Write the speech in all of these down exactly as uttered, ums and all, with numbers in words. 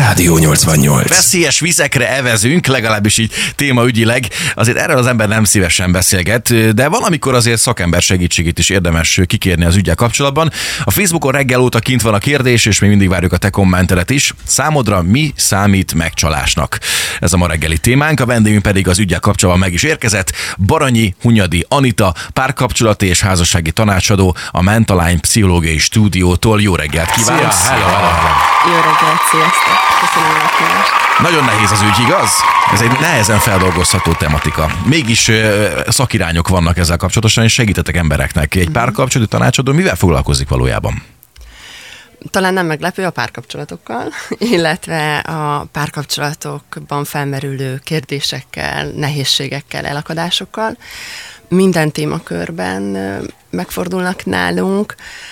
Rádió nyolcvannyolc. Veszélyes vizekre evezünk, legalábbis így témaügyileg. Azért erről az ember nem szívesen beszélget, de valamikor azért szakember segítségét is érdemes kikérni az üggyel kapcsolatban. A Facebookon reggel óta kint van a kérdés, és még mindig várjuk a te kommentelet is. Számodra mi számít megcsalásnak? Ez a ma reggeli témánk, a vendégünk pedig az üggyel kapcsolatban meg is érkezett. Baranyi Hunyadi Anita, párkapcsolati és házassági tanácsadó, a Mentalign Pszichológiai Stúdiótól. Jó reggelt kívánok! Szia, hello, hello, hello. Jó reggelt, sziasztok! Köszönöm a meghívást. Nagyon nehéz az ügy, igaz? Ez egy nehezen feldolgozható tematika. Mégis uh, szakirányok vannak ezzel kapcsolatosan, és segítetek embereknek. Egy párkapcsolati tanácsadó mivel foglalkozik valójában? Talán nem meglepő a párkapcsolatokkal, illetve a párkapcsolatokban felmerülő kérdésekkel, nehézségekkel, elakadásokkal. Minden témakörben megfordulnak nálunk.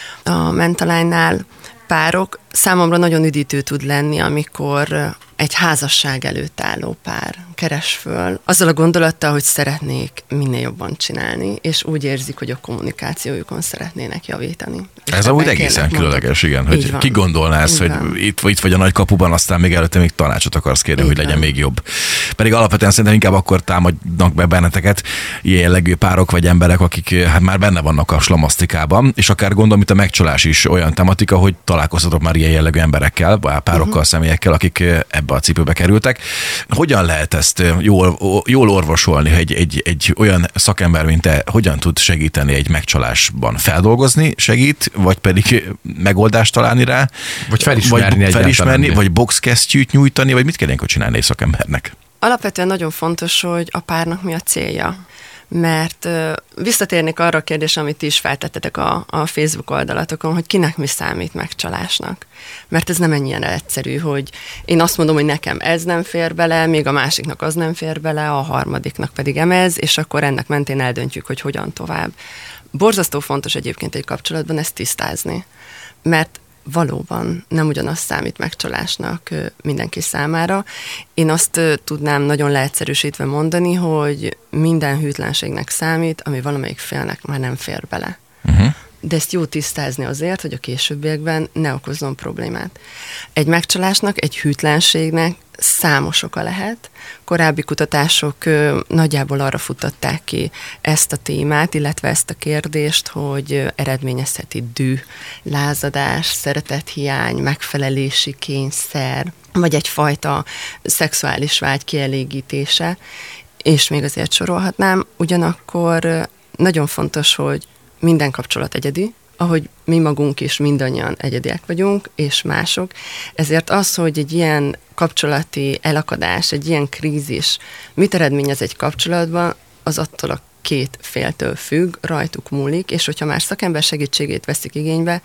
A Mentalignnál párok. Számomra nagyon üdítő tud lenni, amikor egy házasság előtt álló pár keres föl, azzal a gondolattal, hogy szeretnék minél jobban csinálni, és úgy érzik, hogy a kommunikációjukon szeretnének javítani. Ez amúgy egészen különleges, igen, hogy ki gondolná ezt, hogy itt, itt vagy a nagy kapuban, aztán még előtte még tanácsot akarsz kérni, így hogy legyen van. Még jobb. Pedig alapvetően szerintem inkább akkor támadnak be benneteket ilyen jellegű párok vagy emberek, akik hát már benne vannak a slamasztikában, és akár gondolom, itt a megcsalás is olyan tematika, hogy találkoztatok már ilyen jellegű emberekkel, párokkal, uh-huh. személyekkel, akik ebbe a cipőbe kerültek. Hogyan lehet ezt jól, jól orvosolni, hogy egy, egy, egy olyan szakember, mint te, hogyan tud segíteni egy megcsalásban? Feldolgozni segít, vagy pedig megoldást találni rá? Vagy felismerni, vagy, felismerni, vagy boxkesztyűt nyújtani, vagy mit kell ilyenkor csinálni egy szakembernek? Alapvetően nagyon fontos, hogy a párnak mi a célja. Mert uh, visszatérnék arra a kérdésre, amit ti is feltettetek a, a Facebook oldalatokon, hogy kinek mi számít megcsalásnak. Mert ez nem ennyien egyszerű, hogy én azt mondom, hogy nekem ez nem fér bele, még a másiknak az nem fér bele, a harmadiknak pedig emez, és akkor ennek mentén eldöntjük, hogy hogyan tovább. Borzasztó fontos egyébként egy kapcsolatban ezt tisztázni, mert valóban nem ugyanaz számít megcsalásnak mindenki számára. Én azt tudnám nagyon leegyszerűsítve mondani, hogy minden hűtlenségnek számít, ami valamelyik félnek már nem fér bele. Uh-huh. De ezt jó tisztázni azért, hogy a későbbiekben ne okozzon problémát. Egy megcsalásnak, egy hűtlenségnek számos oka lehet. Korábbi kutatások ö, nagyjából arra futtatták ki ezt a témát, illetve ezt a kérdést, hogy ö, eredményezheti düh, lázadás, szeretethiány, megfelelési kényszer, vagy egyfajta szexuális vágy kielégítése, és még azért sorolhatnám. Ugyanakkor ö, nagyon fontos, hogy minden kapcsolat egyedi, ahogy mi magunk is mindannyian egyediek vagyunk, és mások. Ezért az, hogy egy ilyen kapcsolati elakadás, egy ilyen krízis mit eredményez egy kapcsolatban, az attól a két féltől függ, rajtuk múlik, és hogyha már szakember segítségét veszik igénybe,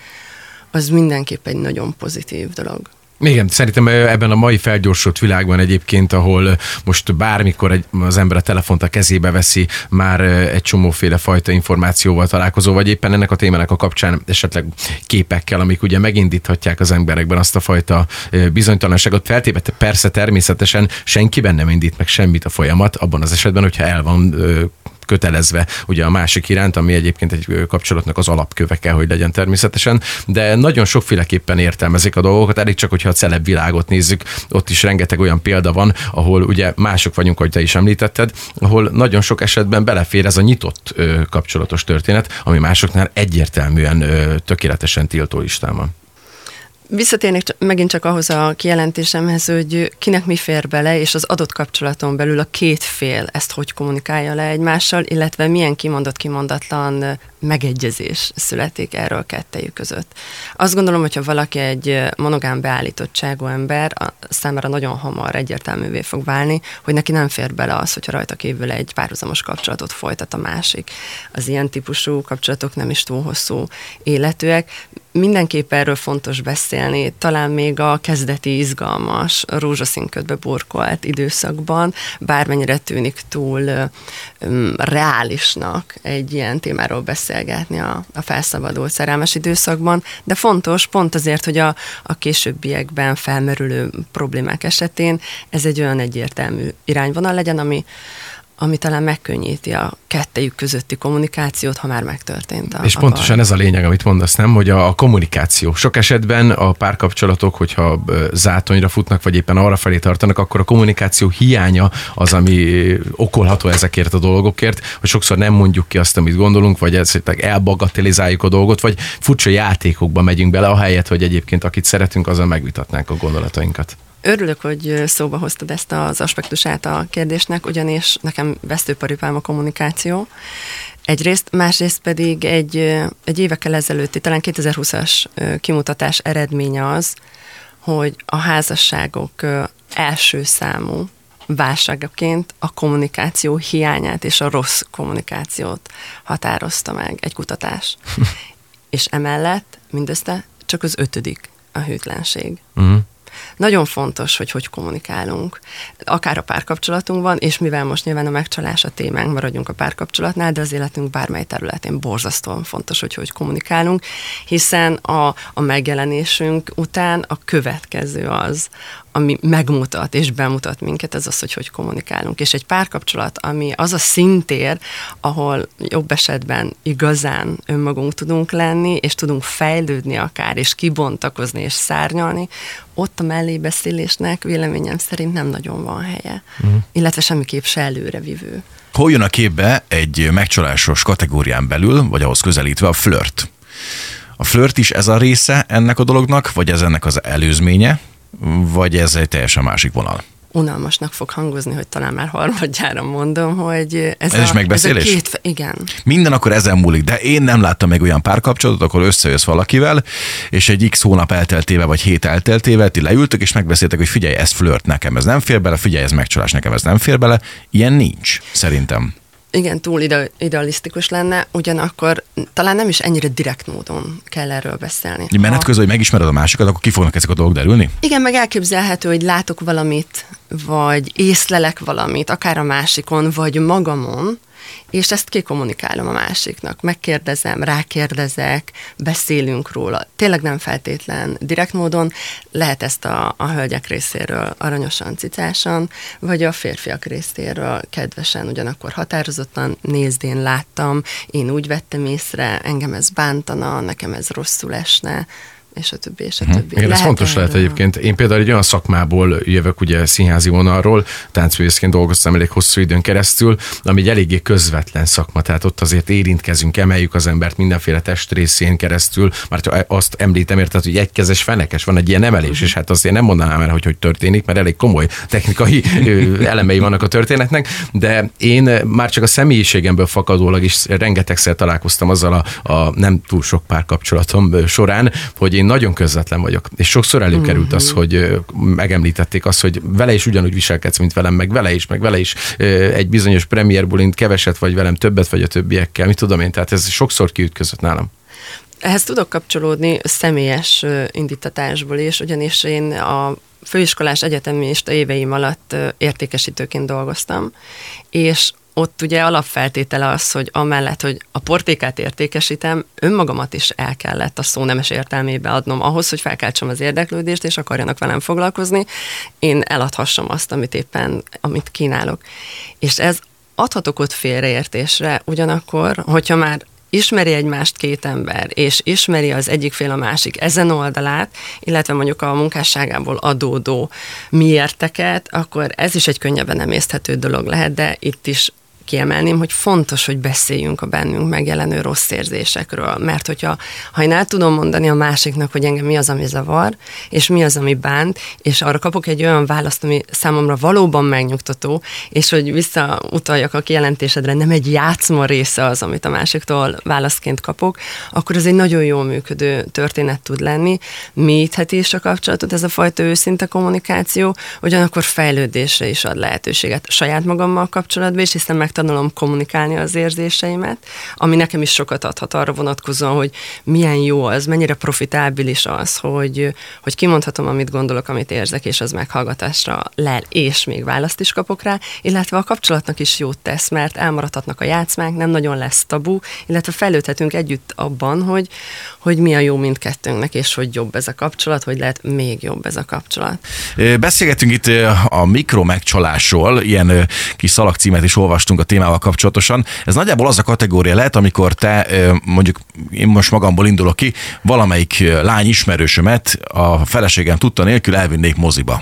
az mindenképp egy nagyon pozitív dolog. Igen, szerintem ebben a mai felgyorsult világban egyébként, ahol most bármikor egy, az ember a telefont a kezébe veszi, már egy csomóféle fajta információval találkozó, vagy éppen ennek a témának a kapcsán esetleg képekkel, amik ugye megindíthatják az emberekben azt a fajta bizonytalanságot. Feltéve persze természetesen senkiben nem indít meg semmit a folyamat, abban az esetben, hogyha el van kötelezve ugye a másik iránt, ami egyébként egy kapcsolatnak az alapköve kell, hogy legyen természetesen, de nagyon sokféleképpen értelmezik a dolgokat, elég csak, hogyha a celeb világot nézzük, ott is rengeteg olyan példa van, ahol ugye mások vagyunk, ahogy te is említetted, ahol nagyon sok esetben belefér ez a nyitott ö, kapcsolatos történet, ami másoknál egyértelműen ö, tökéletesen tiltó listán van. Visszatérnék megint csak ahhoz a kijelentésemhez, hogy kinek mi fér bele, és az adott kapcsolaton belül a két fél ezt hogy kommunikálja le egymással, illetve milyen kimondott, kimondatlan megegyezés születik erről a kettejük között. Azt gondolom, hogyha valaki egy monogám beállítottságú ember, számára nagyon hamar egyértelművé fog válni, hogy neki nem fér bele az, hogyha rajta kívül egy párhuzamos kapcsolatot folytat a másik. Az ilyen típusú kapcsolatok nem is túl hosszú életűek. Mindenképp erről fontos beszélni, talán még a kezdeti izgalmas, rózsaszínködbe burkolt időszakban, bármennyire tűnik túl um, reálisnak egy ilyen témáról beszélgetni a, a felszabadult szerelmes időszakban, de fontos pont azért, hogy a, a későbbiekben felmerülő problémák esetén ez egy olyan egyértelmű irányvonal legyen, ami ami talán megkönnyíti a kettejük közötti kommunikációt, ha már megtörtént a És a pontosan baj. Ez a lényeg, amit mondasz, nem, hogy a, a kommunikáció. Sok esetben a párkapcsolatok, hogyha zátonyra futnak, vagy éppen arra felé tartanak, akkor a kommunikáció hiánya az, ami okolható ezekért a dolgokért, hogy sokszor nem mondjuk ki azt, amit gondolunk, vagy esetleg elbagatelizáljuk a dolgot, vagy furcsa játékokba megyünk bele, ahelyett, hogy egyébként akit szeretünk, azzal megvitatnánk a gondolatainkat. Örülök, hogy szóba hoztad ezt az aspektusát a kérdésnek, ugyanis nekem vesztőparipám a kommunikáció. Egyrészt, másrészt pedig egy, egy évekkel ezelőtti, talán kétezer-húszas kimutatás eredménye az, hogy a házasságok első számú válságaként a kommunikáció hiányát és a rossz kommunikációt határozta meg egy kutatás. És emellett mindössze csak az ötödik a hűtlenség. Uh-huh. Nagyon fontos, hogy hogy kommunikálunk, akár a párkapcsolatunkban, és mivel most nyilván a megcsalás a témánk, maradjunk a párkapcsolatnál, de az életünk bármely területén borzasztóan fontos, hogy hogy kommunikálunk, hiszen a, a megjelenésünk után a következő az, ami megmutat és bemutat minket, ez az, hogy hogy kommunikálunk. És egy párkapcsolat, ami az a szintér, ahol jobb esetben igazán önmagunk tudunk lenni, és tudunk fejlődni akár, és kibontakozni, és szárnyalni, ott a mellébeszélésnek véleményem szerint nem nagyon van helye. Uh-huh. Illetve semmiképp se előrevívő. Hol jön a képbe egy megcsalásos kategórián belül, vagy ahhoz közelítve a flirt? A flirt is ez a része ennek a dolognak, vagy ez ennek az előzménye, vagy ez egy teljesen másik vonal? Unalmasnak fog hangozni, hogy talán már harmadjára mondom, hogy ez, ez a, is megbeszélés? Ez a két, igen. Minden akkor ezen múlik, de én nem láttam meg olyan párkapcsolatot, akkor összejössz valakivel, és egy x hónap elteltével, vagy hét elteltével ti leültök, és megbeszéltek, hogy figyelj, ez flirt nekem, ez nem fér bele, figyelj, ez megcsalás nekem, ez nem fér bele. Ilyen nincs, szerintem. Igen, túl ide- idealisztikus lenne, ugyanakkor talán nem is ennyire direkt módon kell erről beszélni. Menet ha... közben, hogy megismered a másikat, akkor ki fognak ezek a dolgok derülni? Igen, meg elképzelhető, hogy látok valamit, vagy észlelek valamit, akár a másikon, vagy magamon, és ezt kikommunikálom a másiknak. Megkérdezem, rákérdezek, beszélünk róla. Tényleg nem feltétlen direkt módon, lehet ezt a, a hölgyek részéről aranyosan, cicásan, vagy a férfiak részéről kedvesen, ugyanakkor határozottan, nézd, én láttam, én úgy vettem észre, engem ez bántana, nekem ez rosszul esne, és a többi, és a többi. Igen, ez fontos lehet egyébként. Én például egy olyan szakmából jövök, ugye színházi vonalról, táncművészként dolgoztam elég hosszú időn keresztül, ami egy eléggé közvetlen szakma, tehát ott azért érintkezünk, emeljük az embert mindenféle testrészén keresztül, már azt említem, érted, hogy egykezes fenekes, van egy ilyen emelés, uh-huh. és hát azt én nem mondanám el, hogy hogy történik, mert elég komoly technikai elemei vannak a történetnek, de én már csak a személyiségemből fakadólag is rengetegszer találkoztam azzal a, a nem túl sok párkapcsolatom során, hogy én nagyon közvetlen vagyok. És sokszor előkerült az, hogy megemlítették azt, hogy vele is ugyanúgy viselkedsz, mint velem, meg vele is, meg vele is egy bizonyos premier bulint keveset vagy velem, többet vagy a többiekkel, mit tudom én, tehát ez sokszor kiütközött nálam. Ehhez tudok kapcsolódni személyes indítatásból is, ugyanis én a főiskolás egyetemista éveim alatt értékesítőként dolgoztam, és ott ugye alapfeltétele az, hogy amellett, hogy a portékát értékesítem, önmagamat is el kellett a szó nemes értelmébe adnom ahhoz, hogy felkeltsem az érdeklődést, és akarjanak velem foglalkozni, én eladhassam azt, amit éppen, amit kínálok. És ez adhatok ott félreértésre, ugyanakkor, hogyha már ismeri egymást két ember, és ismeri az egyik fél a másik ezen oldalát, illetve mondjuk a munkásságából adódó miérteket, akkor ez is egy könnyebben emészthető dolog lehet, de itt is kiemelném, hogy fontos, hogy beszéljünk a bennünk megjelenő rossz érzésekről, mert hogyha ha én el tudom mondani a másiknak, hogy engem mi az, ami zavar, és mi az, ami bánt, és arra kapok egy olyan választ, ami számomra valóban megnyugtató, és hogy visszautaljak a kijelentésedre, nem egy játszma része az, amit a másiktól válaszként kapok, akkor ez egy nagyon jól működő történet tud lenni, mélyítheti is a kapcsolatot, ez a fajta őszinte kommunikáció, ugyanakkor fejlődésre is ad lehetőséget saját magammal kapcsolatban is, hiszen meg megtanulom kommunikálni az érzéseimet, ami nekem is sokat adhat arra vonatkozóan, hogy milyen jó az, mennyire profitábilis az, hogy, hogy kimondhatom, amit gondolok, amit érzek, és az meghallgatásra lel, és még választ is kapok rá, illetve a kapcsolatnak is jót tesz, mert elmaradhatnak a játszmák, nem nagyon lesz tabu, illetve fejlődhetünk együtt abban, hogy, hogy mi a jó mindkettőnknek, és hogy jobb ez a kapcsolat, hogy lehet még jobb ez a kapcsolat. Beszélgetünk itt a mikromegcsalásról, ilyen kis szalagcímet is olvastunk a témával kapcsolatosan. Ez nagyjából az a kategória lehet, amikor te, mondjuk én most magamból indulok ki, valamelyik lány ismerősömet a feleségem tudta nélkül elvinnék moziba.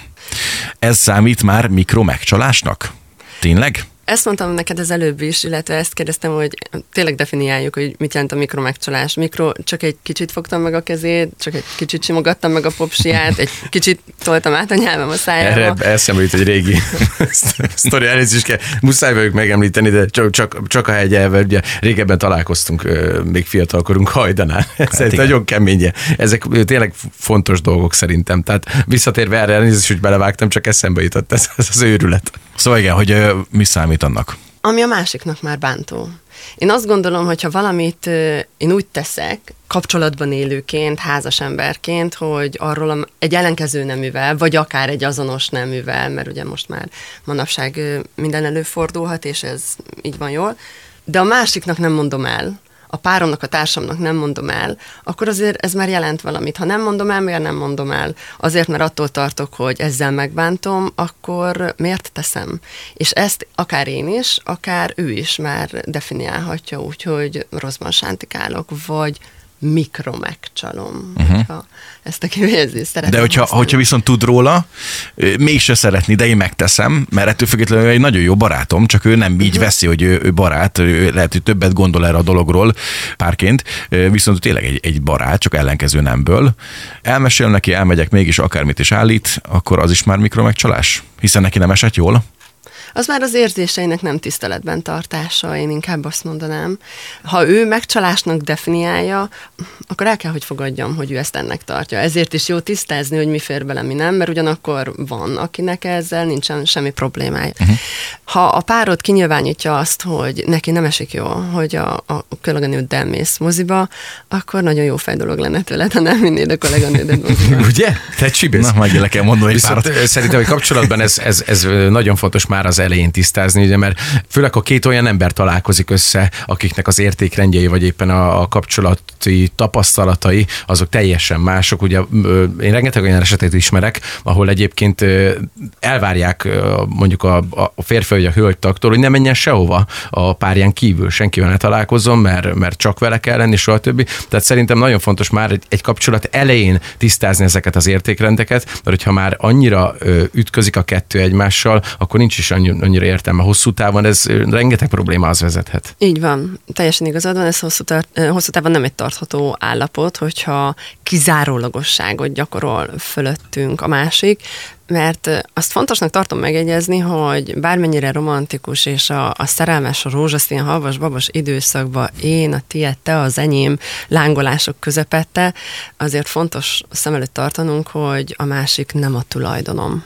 Ez számít már mikromegcsalásnak? Tényleg? Ezt mondtam neked az előbb is, illetve ezt kérdeztem, hogy tényleg definiáljuk, hogy mit jelent a mikromegcsalás. Mikro, csak egy kicsit fogtam meg a kezét, csak egy kicsit simogattam meg a popsiát, egy kicsit toltam át a nyelvem a szájába. Erre eszembe jut egy régi sztori, elnézést kell, muszáj vagyok megemlíteni, de csak, csak, csak a hegyelvel, ugye régebben találkoztunk, még fiatalkorunk Hajdanán. Ez hát nagyon kemény. Ezek tényleg fontos dolgok szerintem. Tehát visszatérve erre, elnézést, hogy belevágtam, csak eszembe jutott ez, ez az őrület. Szóval igen, hogy mi számít annak? Ami a másiknak már bántó. Én azt gondolom, hogyha valamit én úgy teszek, kapcsolatban élőként, házas emberként, hogy arról egy ellenkező neművel, vagy akár egy azonos neművel, mert ugye most már manapság minden előfordulhat, és ez így van jól, de a másiknak nem mondom el, a páromnak, a társamnak nem mondom el, akkor azért ez már jelent valamit. Ha nem mondom el, miért nem mondom el? Azért, mert attól tartok, hogy ezzel megbántom, akkor miért teszem? És ezt akár én is, akár ő is már definiálhatja úgy, hogy rosszban sántikálok, vagy mikromegcsalom, uh-huh. hogyha ezt a kifejezést szeretném. De hogyha, hogyha viszont tud róla, mégse szeretni, de én megteszem, mert ettől függetlenül egy nagyon jó barátom, csak ő nem így uh-huh. veszi, hogy ő, ő barát, ő lehet, hogy többet gondol erre a dologról párként, viszont tényleg egy, egy barát, csak ellenkező nemből. Elmesél neki, elmegyek mégis akármit is állít, akkor az is már mikromegcsalás? Hiszen neki nem esett jól? Az már az érzéseinek nem tiszteletben tartása, én inkább azt mondanám. Ha ő megcsalásnak definiálja, akkor el kell, hogy fogadjam, hogy ő ezt ennek tartja. Ezért is jó tisztázni, hogy mi fér bele, mi nem, mert ugyanakkor van, akinek ezzel nincsen semmi problémája. Uh-huh. Ha a párod kinyilvánítja azt, hogy neki nem esik jól, hogy a, a kolléganőddel mész moziba, akkor nagyon jó fej dolog lenne tőled, ha nem vinnéd a kolléganődet moziba. Ugye? Te csibész. Na, meg le kell mondani egy párat. Szerintem, hogy kapcsolatban ez, ez, ez nagyon fontos már az elején tisztázni, ugye, mert főleg a két olyan ember találkozik össze, akiknek az értékrendjei, vagy éppen a, a kapcsolati tapasztalatai, azok teljesen mások. Ugye én rengeteg olyan esetet ismerek, ahol egyébként elvárják mondjuk a, a férfi vagy a hölgytaktól, hogy ne menjen sehova a párján kívül, senkivel ne találkozzon, mert, mert csak vele kell lenni, soha többi. Tehát szerintem nagyon fontos már egy, egy kapcsolat elején tisztázni ezeket az értékrendeket, mert hogyha már annyira ütközik a kettő egymással, akkor nincs is annyi, annyira értelme. Hosszú távon ez rengeteg problémához vezethet. Így van, teljesen igazad van, ez hosszú, tart, hosszú távon nem egy tartható állapot, hogyha kizárólagosságot gyakorol fölöttünk a másik, mert azt fontosnak tartom megjegyezni, hogy bármennyire romantikus és a, a szerelmes, a rózsaszín, havas, babos időszakban én, a tiéd, te, az enyém lángolások közepette, azért fontos szem előtt tartanunk, hogy a másik nem a tulajdonom.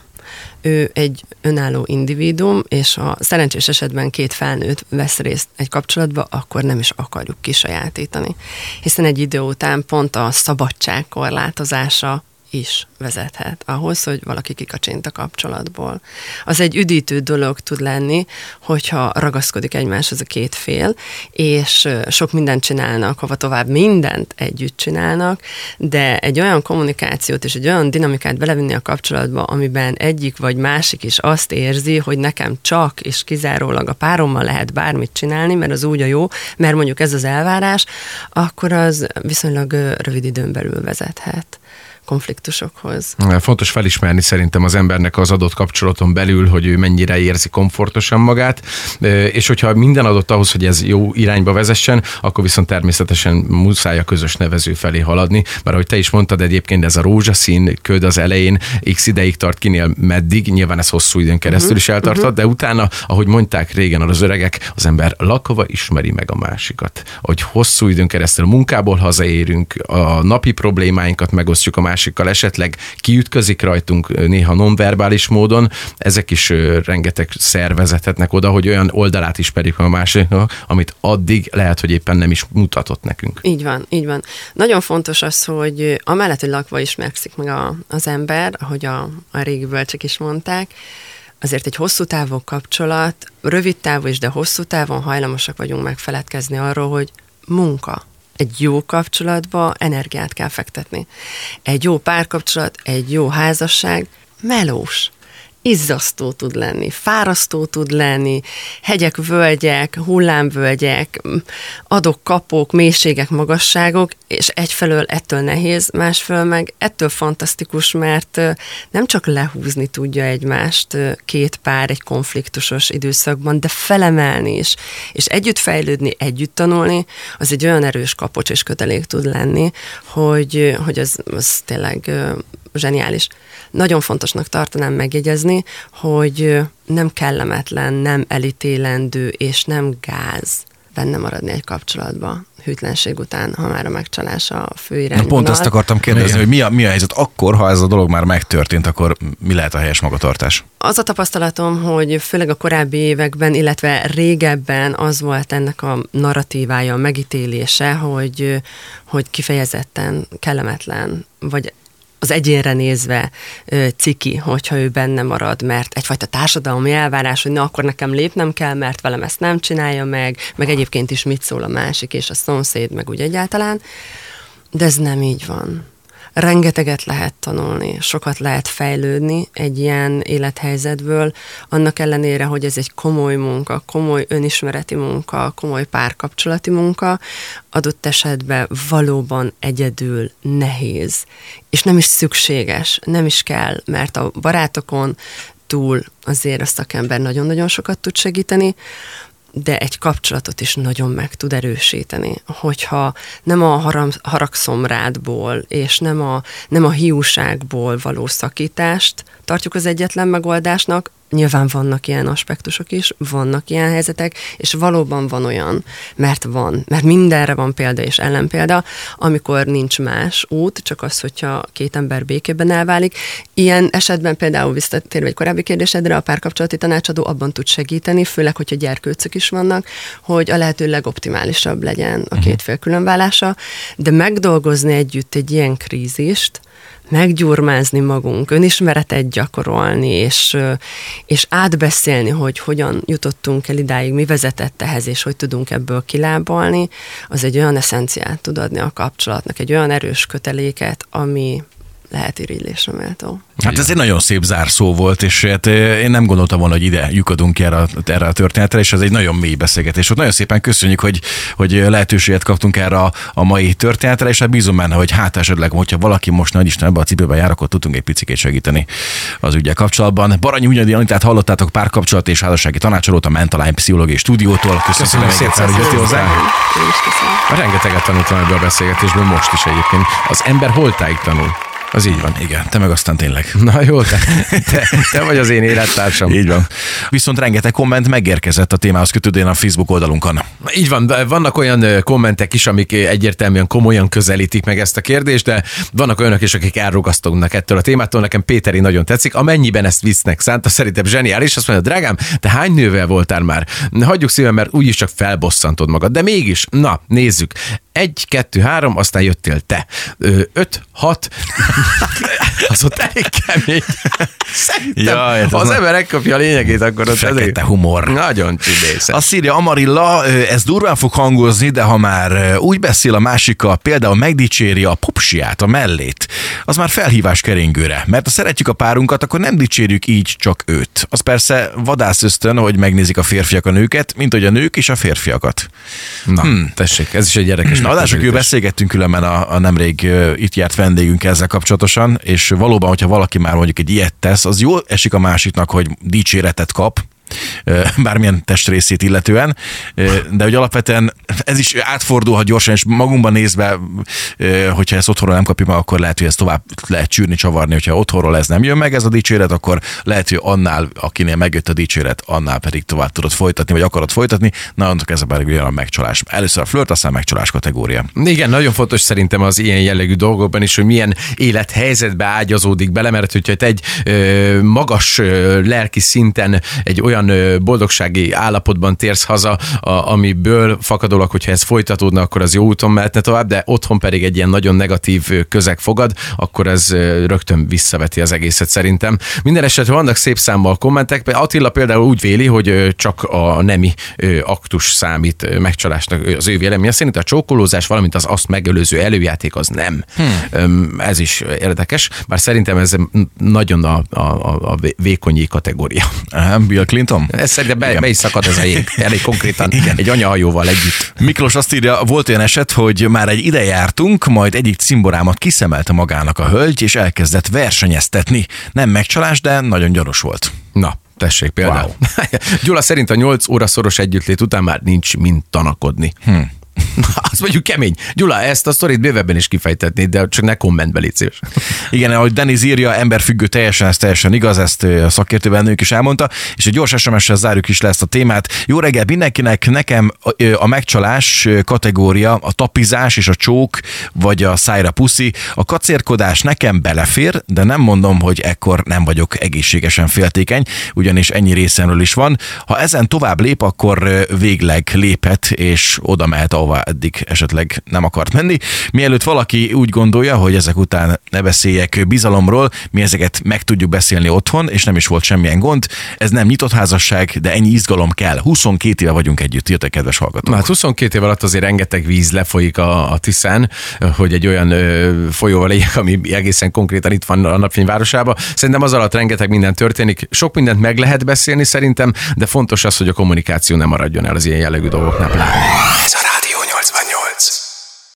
Ő egy önálló individuum, és ha szerencsés esetben két felnőtt vesz részt egy kapcsolatba, akkor nem is akarjuk kisajátítani. Hiszen egy idő után pont a szabadság korlátozása is vezethet ahhoz, hogy valaki kikacsint a kapcsolatból. Az egy üdítő dolog tud lenni, hogyha ragaszkodik egymáshoz a két fél, és sok mindent csinálnak, hova tovább mindent együtt csinálnak, de egy olyan kommunikációt és egy olyan dinamikát belevinni a kapcsolatba, amiben egyik vagy másik is azt érzi, hogy nekem csak és kizárólag a párommal lehet bármit csinálni, mert az úgy a jó, mert mondjuk ez az elvárás, akkor az viszonylag rövid időn belül vezethet konfliktusokhoz. Fontos felismerni szerintem az embernek az adott kapcsolaton belül, hogy ő mennyire érzi komfortosan magát, és hogyha minden adott ahhoz, hogy ez jó irányba vezessen, akkor viszont természetesen muszáj a közös nevező felé haladni, mert ahogy te is mondtad, egyébként ez a rózsaszín köd az elején x ideig tart, kinél meddig, nyilván ez hosszú időn keresztül uh-huh, is eltartott, uh-huh. de utána, ahogy mondták régen az öregek, az ember lakva ismeri meg a másikat. Hogy hosszú időn keresztül munkából hazaérünk, a napi problémáinkat megosztjuk a másikkal, esetleg kiütközik rajtunk néha nonverbális módon, ezek is rengeteg szervezethetnek oda, hogy olyan oldalát ismerjük a másiknak, amit addig lehet, hogy éppen nem is mutatott nekünk. Így van, így van. Nagyon fontos az, hogy amellett, hogy lakva ismerkszik meg a, az ember, ahogy a, a régi bölcsek is mondták, azért egy hosszú távú kapcsolat, rövid távú is, de hosszú távon hajlamosak vagyunk megfeledkezni arról, hogy munka. Egy jó kapcsolatba energiát kell fektetni. Egy jó párkapcsolat, egy jó házasság melós, izzasztó tud lenni, fárasztó tud lenni, hegyek, völgyek, hullámvölgyek, adok-kapok, mélységek, magasságok, és egyfelől ettől nehéz, másfelől meg ettől fantasztikus, mert nem csak lehúzni tudja egymást két pár egy konfliktusos időszakban, de felemelni is, és együtt fejlődni, együtt tanulni, az egy olyan erős kapocs és kötelék tud lenni, hogy, hogy az, az tényleg zseniális. Nagyon fontosnak tartanám megjegyezni, hogy nem kellemetlen, nem elítélendő és nem gáz benne maradni egy kapcsolatba hűtlenség után, ha már a megcsalás a főirányvonal. Na pont azt akartam kérdezni, igen, hogy mi a, mi a helyzet akkor, ha ez a dolog már megtörtént, akkor mi lehet a helyes magatartás? Az a tapasztalatom, hogy főleg a korábbi években, illetve régebben az volt ennek a narratívája, a megítélése, hogy, hogy kifejezetten kellemetlen, vagy az egyénre nézve ö, ciki, hogyha ő benne marad, mert egyfajta társadalmi elvárás, hogy na, akkor nekem lépnem kell, mert velem ezt nem csinálja meg, meg egyébként is mit szól a másik, és a szomszéd, meg úgy egyáltalán. De ez nem így van. Rengeteget lehet tanulni, sokat lehet fejlődni egy ilyen élethelyzetből, annak ellenére, hogy ez egy komoly munka, komoly önismereti munka, komoly párkapcsolati munka, adott esetben valóban egyedül nehéz, és nem is szükséges, nem is kell, mert a barátokon túl azért a szakember nagyon-nagyon sokat tud segíteni, de egy kapcsolatot is nagyon meg tud erősíteni, hogyha nem a haragszomrádból és nem a, nem a hiúságból való szakítást tartjuk az egyetlen megoldásnak, nyilván vannak ilyen aspektusok is, vannak ilyen helyzetek, és valóban van olyan, mert van, mert mindenre van példa és ellenpélda, amikor nincs más út, csak az, hogyha két ember békében elválik. Ilyen esetben például visszatérve egy korábbi kérdésedre, a párkapcsolati tanácsadó abban tud segíteni, főleg, hogyha gyerkőcök is vannak, hogy a lehető legoptimálisabb legyen a két fél különválása, de megdolgozni együtt egy ilyen krízist, meggyurmázni magunk, önismeretet gyakorolni, és, és átbeszélni, hogy hogyan jutottunk el idáig, mi vezetett ehhez, és hogy tudunk ebből kilábalni, az egy olyan eszenciát tud adni a kapcsolatnak, egy olyan erős köteléket, ami lehet irigylésre méltó. Hát ez egy nagyon szép zárszó volt, és hát én nem gondoltam volna, hogy ide lyukadunk erre, erre a történetre, és ez egy nagyon mély beszélgetés volt. Nagyon szépen köszönjük, hogy, hogy lehetőséget kaptunk erre a, a mai történetre, és hát bízom benne, hogy hát esetleg, hogyha valaki most nagy Isten ebbe a cipőbe jár, akkor tudtunk egy picikét segíteni az ügyel kapcsolatban. Baranyi Hunyadi Anitát hallottátok, párkapcsolat és házassági tanácsadót a Mentalign Pszichológiai Stúdiótól. Köszönöm szépen, hogy jöttél hozzá. Rengeteget tanultam ebből a beszélgetésből most is egyébként. Az ember holtáig tanul. Az így van. Igen, te meg aztán tényleg. Na jó, te, te, te vagy az én élettársam. Így van. Viszont rengeteg komment megérkezett a témához kötődően a Facebook oldalunkon. Így van, vannak olyan kommentek is, amik egyértelműen komolyan közelítik meg ezt a kérdést, de vannak olyanok is, akik elrugasztognak ettől a témától. Nekem Péteri nagyon tetszik, amennyiben ezt visznek szánta, szerintem zseniális. Azt mondja, drágám, te hány nővel voltál már? Hagyjuk szíven, mert úgyis csak felbosszantod magad. De mégis, na, nézzük. Egy, kettő, három, aztán jöttél te. Ö, öt, hat, az ott elég kemény. Szerintem, Jaj, ha az na... ember megkapja a lényegét, akkor ott fekete humor. Nagyon csibészet. Azt írja Amarilla, ez durván fog hangozni, de ha már úgy beszél a másikkal, például megdicséri a popsiát, a mellét, az már felhívás keringőre. Mert ha szeretjük a párunkat, akkor nem dicsérjük így csak őt. Az persze vadász ösztön, hogy megnézik a férfiak a nőket, mint hogy a nők is a férfiakat. Na, hmm. tessék, ez is egy érdekes. Na, adások, beszélgettünk különben a, a nemrég uh, itt járt vendégünk ezzel kapcsolatosan, és valóban, hogyha valaki már mondjuk egy ilyet tesz, az jól esik a másiknak, hogy dicséretet kap, bármilyen testrészét illetően, de hogy alapvetően ez is átfordulhat gyorsan, és magunkban nézve, hogyha ezt otthonról nem kapjuk meg, akkor lehet, hogy ezt tovább lehet csűrni, csavarni, hogyha otthonról ez nem jön meg, ez a dicséret, akkor lehet, hogy annál, akinél megjött a dicséret, annál pedig tovább tudod folytatni, vagy akarod folytatni, na annak ez a pedig olyan a megcsalás. Először a flirt, aztán a megcsalás kategória. Igen, nagyon fontos szerintem az ilyen jellegű dolgokban is, hogy milyen élethelyzetbe ágyazódik bele, mert hogyha egy ö, magas ö, lelki szinten egy olyan ö, boldogsági állapotban térsz haza, a, amiből fakadólag, hogyha ez folytatódna, akkor az jó úton mehetne tovább, de otthon pedig egy ilyen nagyon negatív közeg fogad, akkor ez ö, rögtön visszaveti az egészet szerintem. Minden esetre vannak szép számmal kommentek, Attila például úgy véli, hogy ö, csak a nemi ö, aktus számít ö, megcsalásnak az ő véleménye szerint, a csókolózás, valamint az azt megelőző előjáték az nem. Hmm. Ez is érdekes, bár szerintem ez nagyon a, a, a vékonyi kategória. Aha, Bill Clinton? Ez szerintem be, be is szakad ez a jég, elég konkrétan. Igen. Egy anyahajóval együtt. Miklós azt írja, volt olyan eset, hogy már egy ide jártunk, majd egyik cimborámat kiszemelte magának a hölgy, és elkezdett versenyeztetni. Nem megcsalás, de nagyon gyanús volt. Na, tessék például. Wow. Gyula szerint a nyolc óra szoros együttlét után már nincs mint tanakodni. Hmm. Azt mondjuk kemény. Gyula, ezt a sztorit bővebben is kifejtetnéd, de csak ne kommentbe légy szíves. Igen, ahogy Denis írja, emberfüggő teljesen, ez teljesen igaz, ezt a szakértőbennünk is elmondta, és egy gyors es em es-sel zárjuk is le ezt a témát. Jó reggel mindenkinek, nekem a megcsalás kategória, a tapizás és a csók, vagy a szájra puszi, a kacérkodás nekem belefér, de nem mondom, hogy ekkor nem vagyok egészségesen féltékeny, ugyanis ennyi részemről is van. Ha ezen tovább lép, akkor végleg léphet, és oda mehet, ahova eddig esetleg nem akart menni. Mielőtt valaki úgy gondolja, hogy ezek után ne beszéljek bizalomról, mi ezeket meg tudjuk beszélni otthon, és nem is volt semmilyen gond. Ez nem nyitott házasság, de ennyi izgalom kell. huszonkét éve vagyunk együtt, írtak kedves hallgatók. Hát huszonkét év alatt azért rengeteg víz lefolyik a, a Tiszán, hogy egy olyan ö, folyóval legyek, ami egészen konkrétan itt van a Napfényvárosában. Szerintem az alatt rengeteg minden történik. Sok mindent meg lehet beszélni szerintem, de fontos az, hogy a kommunikáció nem maradjon el az ilyen jellegű dolgoknál.